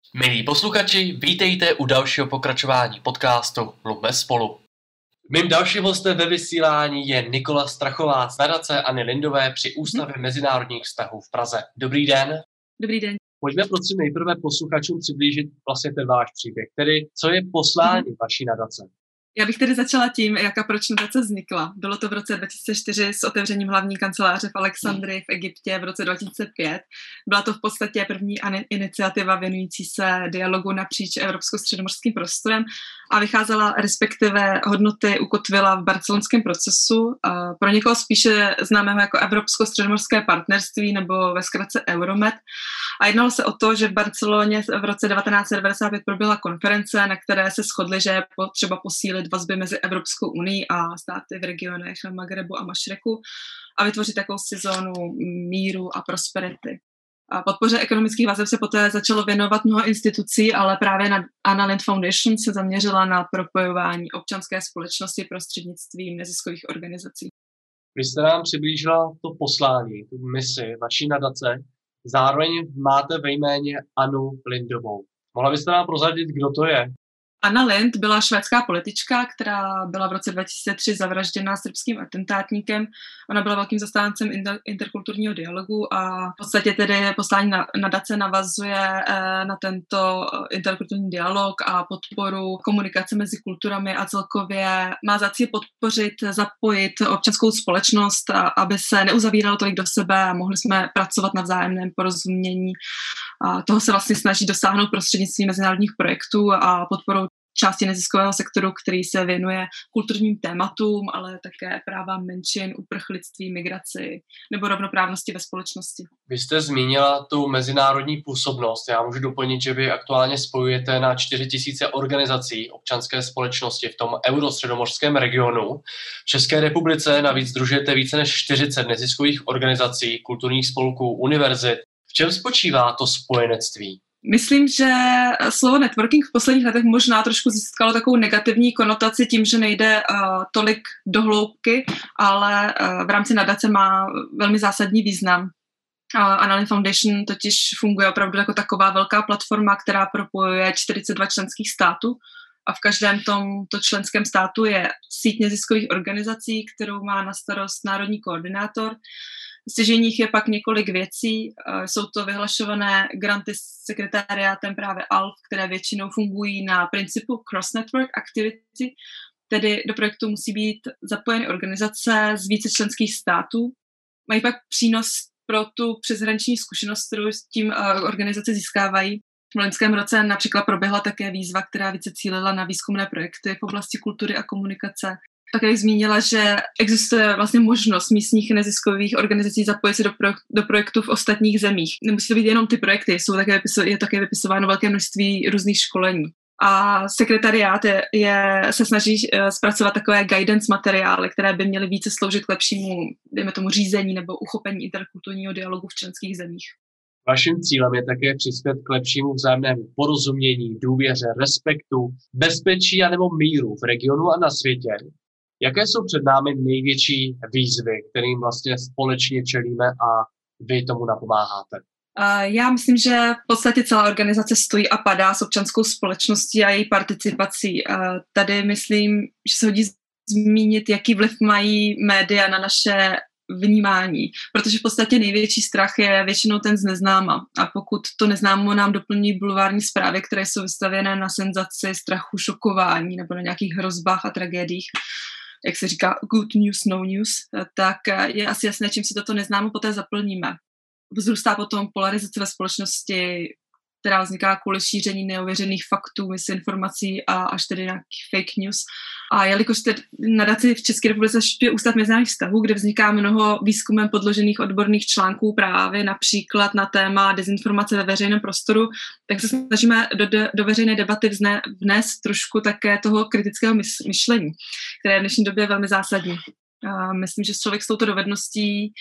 Milí posluchači, vítejte u dalšího pokračování podcastu Mluvme spolu. Mým dalším hostem ve vysílání je Nikola Strachová z nadace Anny Lindové při Ústavě mezinárodních vztahů v Praze. Dobrý den. Dobrý den. Pojďme prosím nejprve posluchačům přiblížit vlastně ten váš příběh, tedy co je poslání vaší nadace. Já bych tedy začala tím, jak a proč nadace vznikla. Bylo to v roce 2004 s otevřením hlavní kanceláře v Alexandrii v Egyptě v roce 2005. Byla to v podstatě první iniciativa věnující se dialogu napříč evropsko-středomořským prostorem a vycházela, respektive hodnoty ukotvila v barcelonském procesu. Pro někoho spíše známého jako Evropsko-středomořské partnerství nebo ve zkratce Euromed. A jednalo se o to, že v Barceloně v roce 1995 proběhla konference, na které se shodli, že je potřeba posílit vazby mezi Evropskou unií a státy v regionech Magrebu a Mašreku a vytvořit jakousi zónu míru a prosperity. A podpoře ekonomických vazeb se poté začalo věnovat mnoho institucí, ale právě Anna Lindh Foundation se zaměřila na propojování občanské společnosti prostřednictvím neziskových organizací. Vy jste nám přiblížila to poslání, tu misi vaší nadace, zároveň máte ve jméně Annu Lindovou. Mohla byste nám prozradit, kdo to je? Anna Lindh byla švédská politička, která byla v roce 2003 zavražděna srbským atentátníkem. Ona byla velkým zastáncem interkulturního dialogu a v podstatě tedy poslání nadace navazuje na tento interkulturní dialog a podporu komunikace mezi kulturami a celkově má za cíl podpořit, zapojit občanskou společnost, aby se neuzavíralo tolik do sebe a mohli jsme pracovat na vzájemném porozumění. A toho se vlastně snaží dosáhnout prostřednictvím mezinárodních projektů a podporou části neziskového sektoru, který se věnuje kulturním tématům, ale také právám menšin, uprchlictví, migraci nebo rovnoprávnosti ve společnosti. Vy jste zmínila tu mezinárodní působnost. Já můžu doplnit, že vy aktuálně spojujete na 4000 organizací občanské společnosti v tom eurostředomořském regionu. V České republice navíc sdružujete více než 40 neziskových organizací, kulturních spolků, univerzit. V čem spočívá to spojenectví? Myslím, že slovo networking v posledních letech možná trošku získalo takovou negativní konotaci tím, že nejde tolik do hloubky, ale v rámci nadace má velmi zásadní význam. Anna Lindh Foundation totiž funguje opravdu jako taková velká platforma, která propojuje 42 členských států a v každém tomto členském státu je síť neziskových organizací, kterou má na starost národní koordinátor. Stěžejních je pak několik věcí. Jsou to vyhlašované granty s sekretariátem právě ALF, které většinou fungují na principu cross-network activity, tedy do projektu musí být zapojeny organizace z více členských států. Mají pak přínos pro tu přeshraniční zkušenost, kterou s tím organizace získávají. V loňském roce například proběhla také výzva, která více cílila na výzkumné projekty v oblasti kultury a komunikace. Také bych zmínila, že existuje vlastně možnost místních neziskových organizací zapojit se do projektů v ostatních zemích. Nemusí to být jenom ty projekty, je také vypisováno velké množství různých školení. A sekretariát se snaží zpracovat takové guidance materiály, které by měly více sloužit k lepšímu, dejme tomu, řízení nebo uchopení interkulturního dialogu v členských zemích. Vaším cílem je také přispět k lepšímu vzájemnému porozumění, důvěře, respektu, bezpečí a nebo míru v regionu a na světě. Jaké jsou před námi největší výzvy, kterým vlastně společně čelíme a vy tomu napomáháte? Já myslím, že v podstatě celá organizace stojí a padá s občanskou společností a její participací. Tady myslím, že se hodí zmínit, jaký vliv mají média na naše vnímání, protože v podstatě největší strach je většinou ten z neznáma. A pokud to neznámo nám doplní bulvární zprávy, které jsou vystavěné na senzaci, strachu, šokování nebo na nějakých hrozbách a tragédiích, jak se říká good news, no news, tak je asi jasné, čím si toto neznámo poté zaplníme. Vzrůstá potom polarizace ve společnosti, která vzniká kvůli šíření neověřených faktů, misinformací a až tedy nějakých fake news. A jelikož nadaci v České republice zaštiťuje Ústav mezinárodních vztahů, kde vzniká mnoho výzkumem podložených odborných článků právě například na téma dezinformace ve veřejném prostoru, tak se snažíme do veřejné debaty vnést trošku také toho kritického myšlení, které je v dnešní době velmi zásadní. A myslím, že člověk s touto dovedností,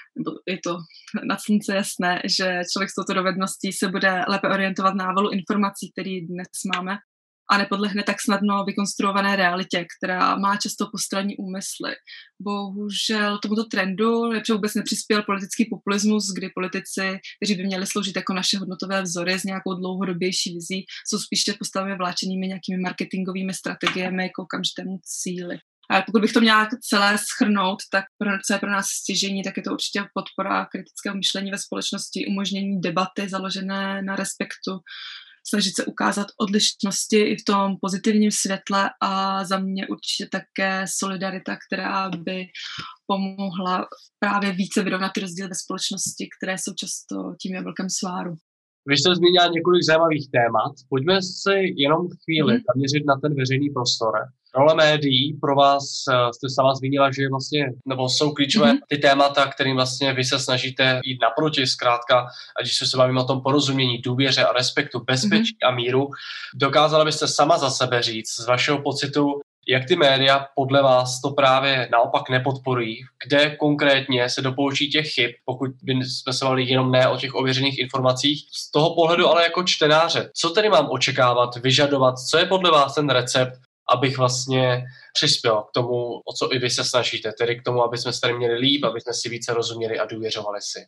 je to nad slunce jasné, že člověk s touto dovedností se bude lépe orientovat na návalu informací, který dnes máme. a nepodlehne tak snadno vykonstruované realitě, která má často postranní úmysly. Bohužel tomuto trendu vůbec nepřispěl politický populismus, kdy politici, kteří by měli sloužit jako naše hodnotové vzory s nějakou dlouhodobější vizí, jsou spíše postavami vláčenými nějakými marketingovými strategiemi k okamžitému cíli. A pokud bych to měla celé shrnout, tak co je pro nás stěžení, tak je to určitě podpora kritického myšlení ve společnosti, umožnění debaty založené na respektu, snažit se ukázat odlišnosti i v tom pozitivním světle a za mě určitě také solidarita, která by pomohla právě více vyrovnat ty rozdíly ve společnosti, které jsou často tím jablkem sváru. Vy jste zmínila několik zajímavých témat. Pojďme si jenom chvíli zaměřit na ten veřejný prostor. Role médií pro vás, jste sama zmínila, že vlastně, nebo jsou klíčové ty témata, kterým vlastně vy se snažíte jít naproti, zkrátka, a když se bavíme o tom porozumění, důvěře a respektu, bezpečí a míru, dokázala byste sama za sebe říct z vašeho pocitu, jak ty média podle vás to právě naopak nepodporují, kde konkrétně se dopouští těch chyb, pokud by jsme se bavili jenom ne o těch ověřených informacích, z toho pohledu ale jako čtenáře. Co tedy mám očekávat, vyžadovat, co je podle vás ten recept, abych vlastně přispěl k tomu, o co i vy se snažíte, tedy k tomu, aby jsme se tady měli líp, aby jsme si více rozuměli a důvěřovali si.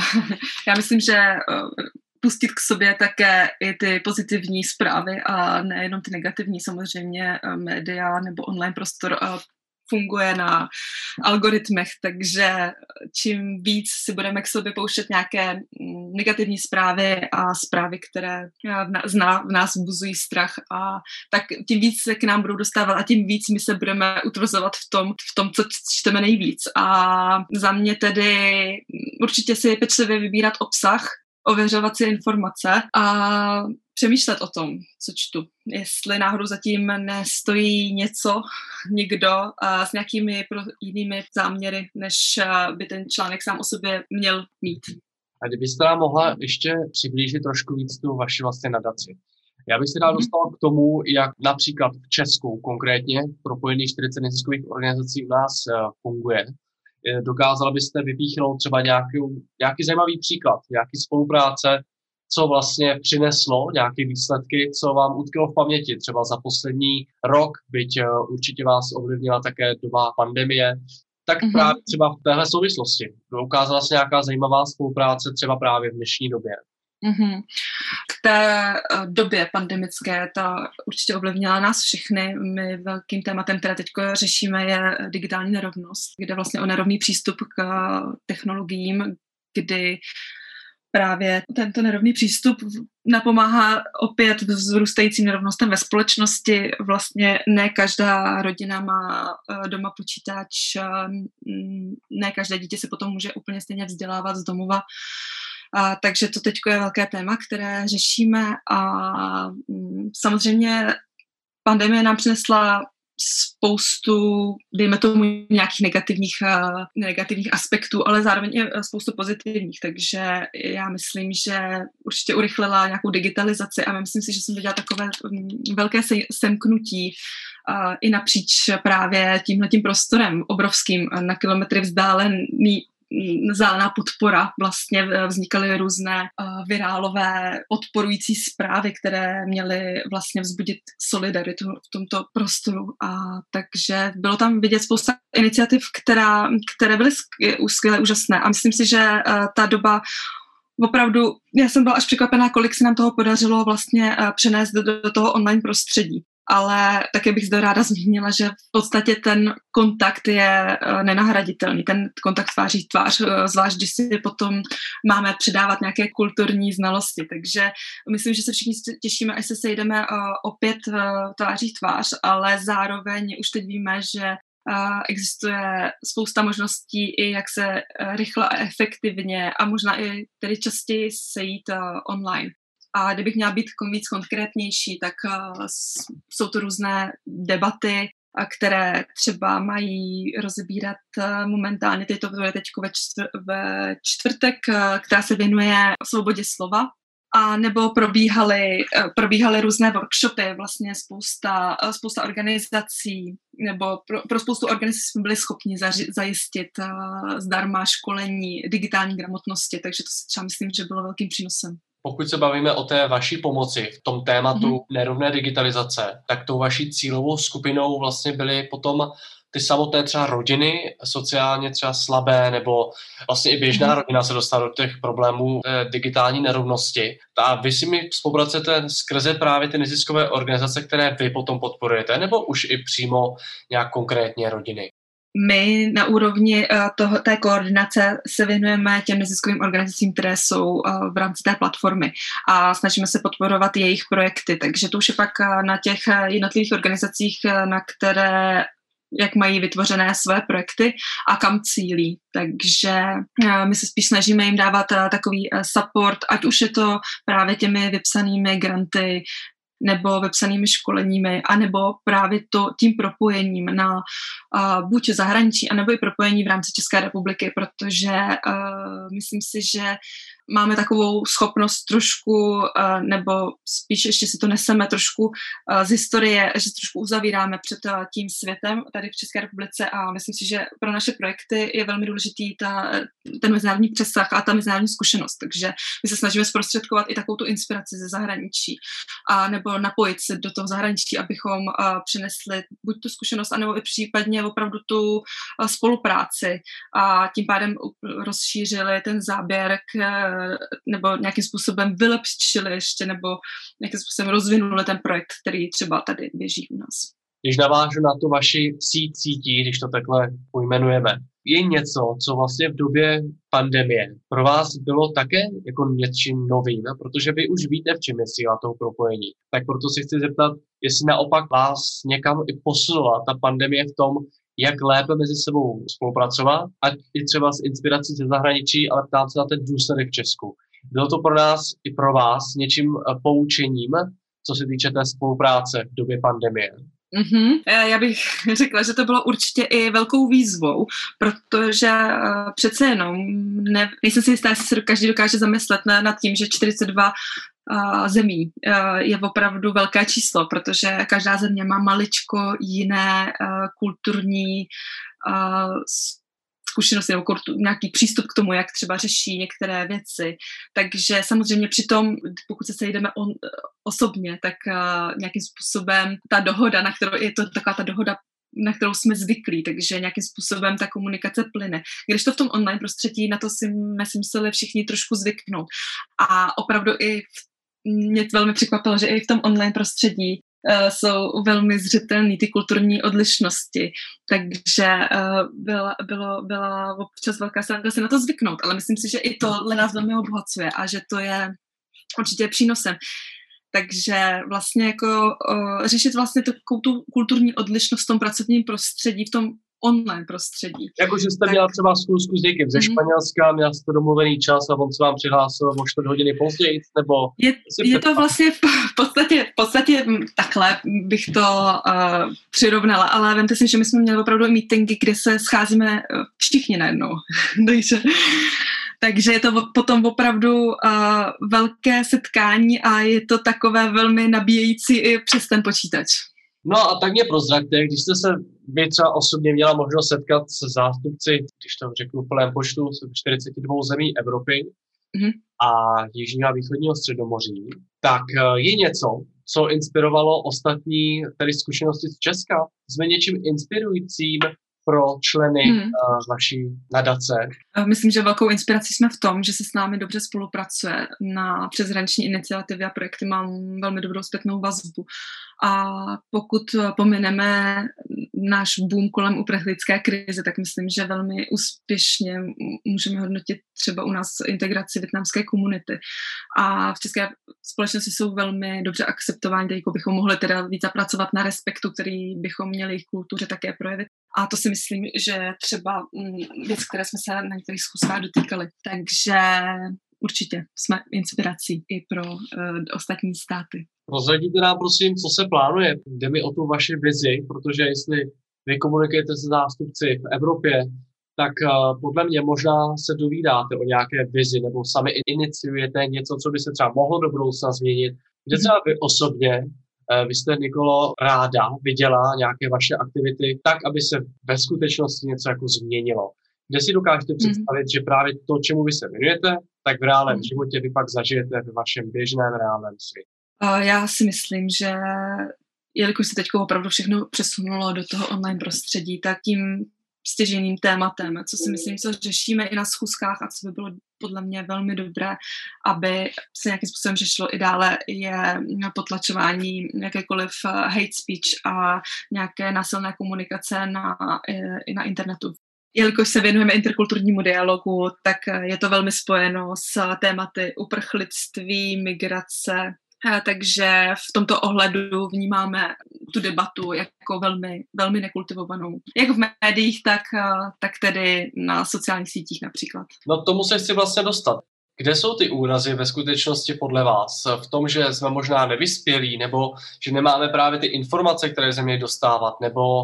Já myslím, že pustit k sobě také i ty pozitivní zprávy a nejenom ty negativní, samozřejmě média nebo online prostor funguje na algoritmech, takže čím víc si budeme k sobě pouštět nějaké negativní zprávy a zprávy, které v nás vzbuzují strach, a tak tím víc se k nám budou dostávat a tím víc my se budeme utvrzovat v tom, co čteme nejvíc. A za mě tedy určitě si pečlivě vybírat obsah, ověřovat si informace a přemýšlet o tom, co čtu. Jestli náhodou zatím nestojí někdo s nějakými jinými záměry, než by ten článek sám o sobě měl mít. A kdybyste nám mohla ještě přiblížit trošku víc tu vaši vlastně nadaci. Já bych se dál dostala k tomu, jak například v Česku konkrétně propojených 40 neziskových organizací u nás funguje. Dokázala byste vypíchnout třeba nějaký zajímavý příklad, nějaký spolupráce, co vlastně přineslo, nějaké výsledky, co vám utkvělo v paměti, třeba za poslední rok, byť určitě vás ovlivnila také doba pandemie, tak právě třeba v téhle souvislosti. Ukázala se nějaká zajímavá spolupráce třeba právě v dnešní době. K té době pandemické ta určitě ovlivnila nás všechny. My velkým tématem, které teď řešíme, je digitální nerovnost, kde vlastně o nerovný přístup k technologiím, kdy právě tento nerovný přístup napomáhá opět vzrůstajícím nerovnostem ve společnosti. Vlastně ne každá rodina má doma počítač, ne každé dítě se potom může úplně stejně vzdělávat z domova. Takže to teď je velké téma, které řešíme, a samozřejmě pandemie nám přinesla spoustu, dejme tomu, nějakých negativních aspektů, ale zároveň i spoustu pozitivních, takže já myslím, že určitě urychlila nějakou digitalizaci a myslím si, že jsem viděla takové velké semknutí i napříč právě tímhletím prostorem obrovským, na kilometry vzdálená podpora. Vlastně vznikaly různé virálové podporující zprávy, které měly vlastně vzbudit solidaritu v tomto prostoru. A takže bylo tam vidět spousta iniciativ, které byly skvěle úžasné. A myslím si, že ta doba opravdu, já jsem byla až překvapená, kolik se nám toho podařilo vlastně přenést do toho online prostředí. Ale také bych zde ráda zmínila, že v podstatě ten kontakt je nenahraditelný, ten kontakt tváří tvář, zvlášť když si potom máme předávat nějaké kulturní znalosti. Takže myslím, že se všichni těšíme, až se sejdeme opět tváří tvář, ale zároveň už teď víme, že existuje spousta možností, i jak se rychle a efektivně a možná i tedy častěji sejít online. A kdybych měla být víc konkrétnější, tak jsou to různé debaty, které třeba mají rozebírat momentálně, teď to bude teď ve čtvrtek, která se věnuje svobodě slova, a nebo probíhaly různé workshopy, vlastně spousta organizací, nebo pro spoustu organizací jsme byli schopni zajistit zdarma školení digitální gramotnosti, takže to si třeba myslím, že bylo velkým přínosem. Pokud se bavíme o té vaší pomoci v tom tématu nerovné digitalizace, tak tou vaší cílovou skupinou vlastně byly potom ty samotné třeba rodiny, sociálně třeba slabé, nebo vlastně i běžná rodina se dostala do těch problémů digitální nerovnosti. A vy si mi spolupracujete skrze právě ty neziskové organizace, které vy potom podporujete, nebo už i přímo nějak konkrétně rodiny? My na úrovni té koordinace se věnujeme těm neziskovým organizacím, které jsou v rámci té platformy a snažíme se podporovat jejich projekty, takže to už je pak na těch jednotlivých organizacích, na které jak mají vytvořené své projekty a kam cílí. Takže my se spíš snažíme jim dávat takový support, ať už je to právě těmi vypsanými granty, nebo vypsanými školeními, anebo právě tím propojením na buď zahraničí, anebo i propojení v rámci České republiky, protože myslím si, že máme takovou schopnost trošku, nebo spíš ještě si to neseme trošku z historie, že trošku uzavíráme před tím světem tady v České republice a myslím si, že pro naše projekty je velmi důležitý ten mezinárodní přesah a ta mezinárodní zkušenost, takže my se snažíme zprostředkovat i takovou tu inspiraci ze zahraničí a nebo napojit se do toho zahraničí, abychom přinesli buď tu zkušenost, anebo i případně opravdu tu spolupráci a tím pádem rozšířili ten záběr nebo nějakým způsobem vylepšili ještě nebo nějakým způsobem rozvinuli ten projekt, který třeba tady běží u nás. Když navážu na tu vaši síť sítí, když to takhle pojmenujeme, je něco, co vlastně v době pandemie pro vás bylo také jako něčím novým, protože vy už víte, v čem je síla toho propojení. Tak proto si chci zeptat, jestli naopak vás někam i posunula ta pandemie v tom, jak lépe mezi sebou spolupracovat, ať i třeba s inspirací ze zahraničí, ale ptám se na ten důsledek v Česku. Bylo to pro nás i pro vás něčím poučením, co se týče té spolupráce v době pandemie? Já bych řekla, že to bylo určitě i velkou výzvou, protože přece jenom nejsem si jistá, jestli se každý dokáže zamyslet nad tím, že 42 zemí je opravdu velké číslo, protože každá země má maličko jiné kulturní zkušenosti nebo nějaký přístup k tomu, jak třeba řeší některé věci. Takže samozřejmě přitom, pokud se sejdeme osobně, tak nějakým způsobem ta dohoda, na kterou je to taková ta dohoda, na kterou jsme zvyklí, takže nějakým způsobem ta komunikace plyne. Když to v tom online prostředí, na to jsme si museli všichni trošku zvyknout. A opravdu mě velmi překvapilo, že i v tom online prostředí jsou velmi zřetelné ty kulturní odlišnosti, takže byla občas velká sranda se na to zvyknout, ale myslím si, že i tohle nás velmi obohacuje a že to je určitě přínosem. Takže vlastně jako řešit vlastně tu kulturní odlišnost v tom pracovním prostředí, v tom online prostředí. Jakože jste měla třeba schůzku s někým ze Španělska, měla jste domluvený čas a on se vám přihlásil o 4 hodiny později, nebo... Je to vlastně v podstatě takhle bych to přirovnala, ale vemte si, že my jsme měli opravdu meetingy, kde se scházíme všichni najednou. Takže je to potom opravdu velké setkání a je to takové velmi nabíjející i přes ten počítač. No a tak mě prozraďte, když jste se vy třeba osobně měla možnost setkat se zástupci, když to řeknu v plném počtu, 42 zemí Evropy a jižního a východního středomoří, tak je něco, co inspirovalo ostatní tedy zkušenosti z Česka? Jsme něčím inspirujícím pro členy vaší nadace? Myslím, že velkou inspirací jsme v tom, že se s námi dobře spolupracuje na přeshraniční iniciativy a projekty. Mám velmi dobrou zpětnou vazbu. A pokud pomineme náš boom kolem uprchlické krize, tak myslím, že velmi úspěšně můžeme hodnotit třeba u nás integraci vietnamské komunity. A v české společnosti jsou velmi dobře akceptováni, tak jako bychom mohli teda víc zapracovat na respektu, který bychom měli jejich kultuře také projevit. A to si myslím, že třeba věc, které jsme se na některých schůzkách dotýkali. Takže určitě jsme inspirací i pro ostatní státy. Prozradíte nám prosím, co se plánuje. Jde mi o tu vaši vizi, protože jestli vy komunikujete se zástupci v Evropě, tak podle mě možná se dovídáte o nějaké vizi nebo sami iniciujete něco, co by se třeba mohlo do budoucna změnit. Kde třeba vy osobně, vy jste, Nikolo, ráda viděla nějaké vaše aktivity tak, aby se ve skutečnosti něco jako změnilo. Kde si dokážete představit, že právě to, čemu vy se věnujete, tak v reálném životě vy pak zažijete ve vašem běžném reálném světě? Já si myslím, že jelikož se teď opravdu všechno přesunulo do toho online prostředí, tak tím stěžejným tématem, co si myslím, co řešíme i na schůzkách a co by bylo podle mě velmi dobré, aby se nějakým způsobem řešilo i dále, je potlačování jakékoliv hate speech a nějaké násilné komunikace i na internetu. Jelikož se věnujeme interkulturnímu dialogu, tak je to velmi spojeno s tématy uprchlictví, migrace, takže v tomto ohledu vnímáme tu debatu jako velmi, velmi nekultivovanou. Jak v médiích, tak tedy na sociálních sítích například. No tomu se chci vlastně dostat. Kde jsou ty úrazy ve skutečnosti podle vás? V tom, že jsme možná nevyspělí, nebo že nemáme právě ty informace, které se měly dostávat, nebo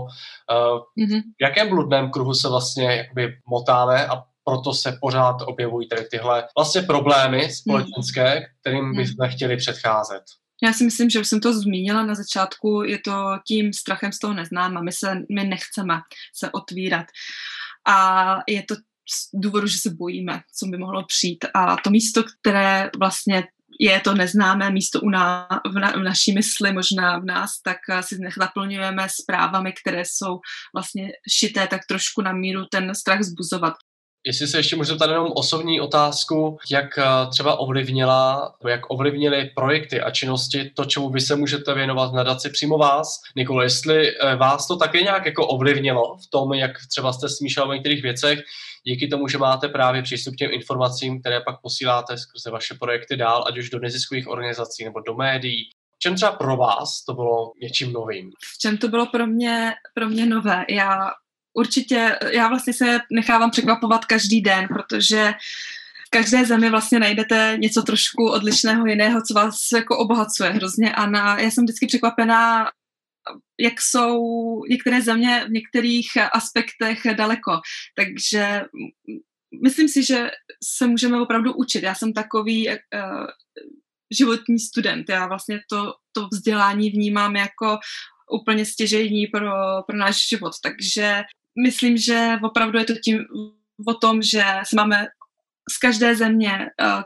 v jakém bludném kruhu se vlastně jakoby motáme a proto se pořád objevují tady tyhle vlastně problémy společenské, kterým bychom chtěli předcházet. Já si myslím, že už jsem to zmínila na začátku, je to tím strachem z toho neznáma. My nechceme se otvírat. A je to z důvodu, že se bojíme, co by mohlo přijít. A to místo, které vlastně je to neznámé místo v naší mysli, možná v nás, tak si naplňujeme zprávami, které jsou vlastně šité tak trošku na míru ten strach vzbuzovat. Jestli se ještě můžu zeptat jenom osobní otázku, jak třeba ovlivnily projekty a činnosti to, čemu vy se můžete věnovat v nadaci přímo vás. Nikolo, jestli vás to také nějak jako ovlivnilo v tom, jak třeba jste smýšlel o některých věcech, díky tomu, že máte právě přístup k těm informacím, které pak posíláte skrze vaše projekty dál, ať už do neziskových organizací nebo do médií. V čem třeba pro vás to bylo něčím novým? V čem to bylo pro mě nové? Já vlastně se nechávám překvapovat každý den, protože v každé zemi vlastně najdete něco trošku odlišného, jiného, co vás jako obohacuje hrozně. A já jsem vždycky překvapená, jak jsou některé země v některých aspektech daleko. Takže myslím si, že se můžeme opravdu učit. Já jsem takový životní student. Já vlastně to vzdělání vnímám jako úplně stěžejní pro náš život. Takže myslím, že opravdu je to o tom, že se máme z každé země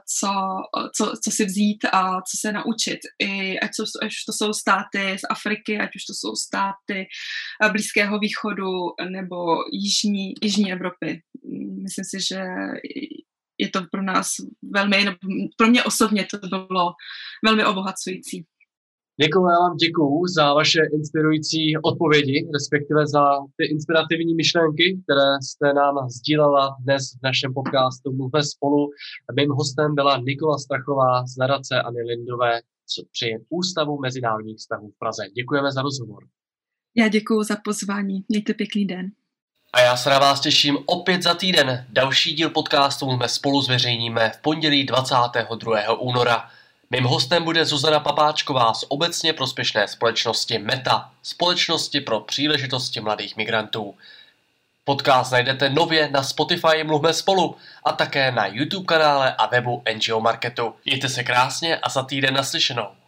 co si vzít a co se naučit. Ať už to jsou státy z Afriky, ať už to jsou státy Blízkého východu nebo Jižní Evropy. Myslím si, že je to pro nás pro mě osobně to bylo velmi obohacující. Nikolo, já vám děkuju za vaše inspirující odpovědi, respektive za ty inspirativní myšlenky, které jste nám sdílela dnes v našem podcastu Mluvme spolu. Mým hostem byla Nikola Strachová z nadace Anny Lindové při Ústavu mezinárodních vztahů v Praze. Děkujeme za rozhovor. Já děkuju za pozvání. Mějte pěkný den. A já se na vás těším opět za týden. Další díl podcastu Mluvme spolu zveřejníme v pondělí 22. února. Mým hostem bude Zuzana Papáčková z obecně prospěšné společnosti META, společnosti pro příležitosti mladých migrantů. Podcast najdete nově na Spotify Mluvme spolu a také na YouTube kanále a webu NGO Marketu. Mějte se krásně a za týden naslyšenou.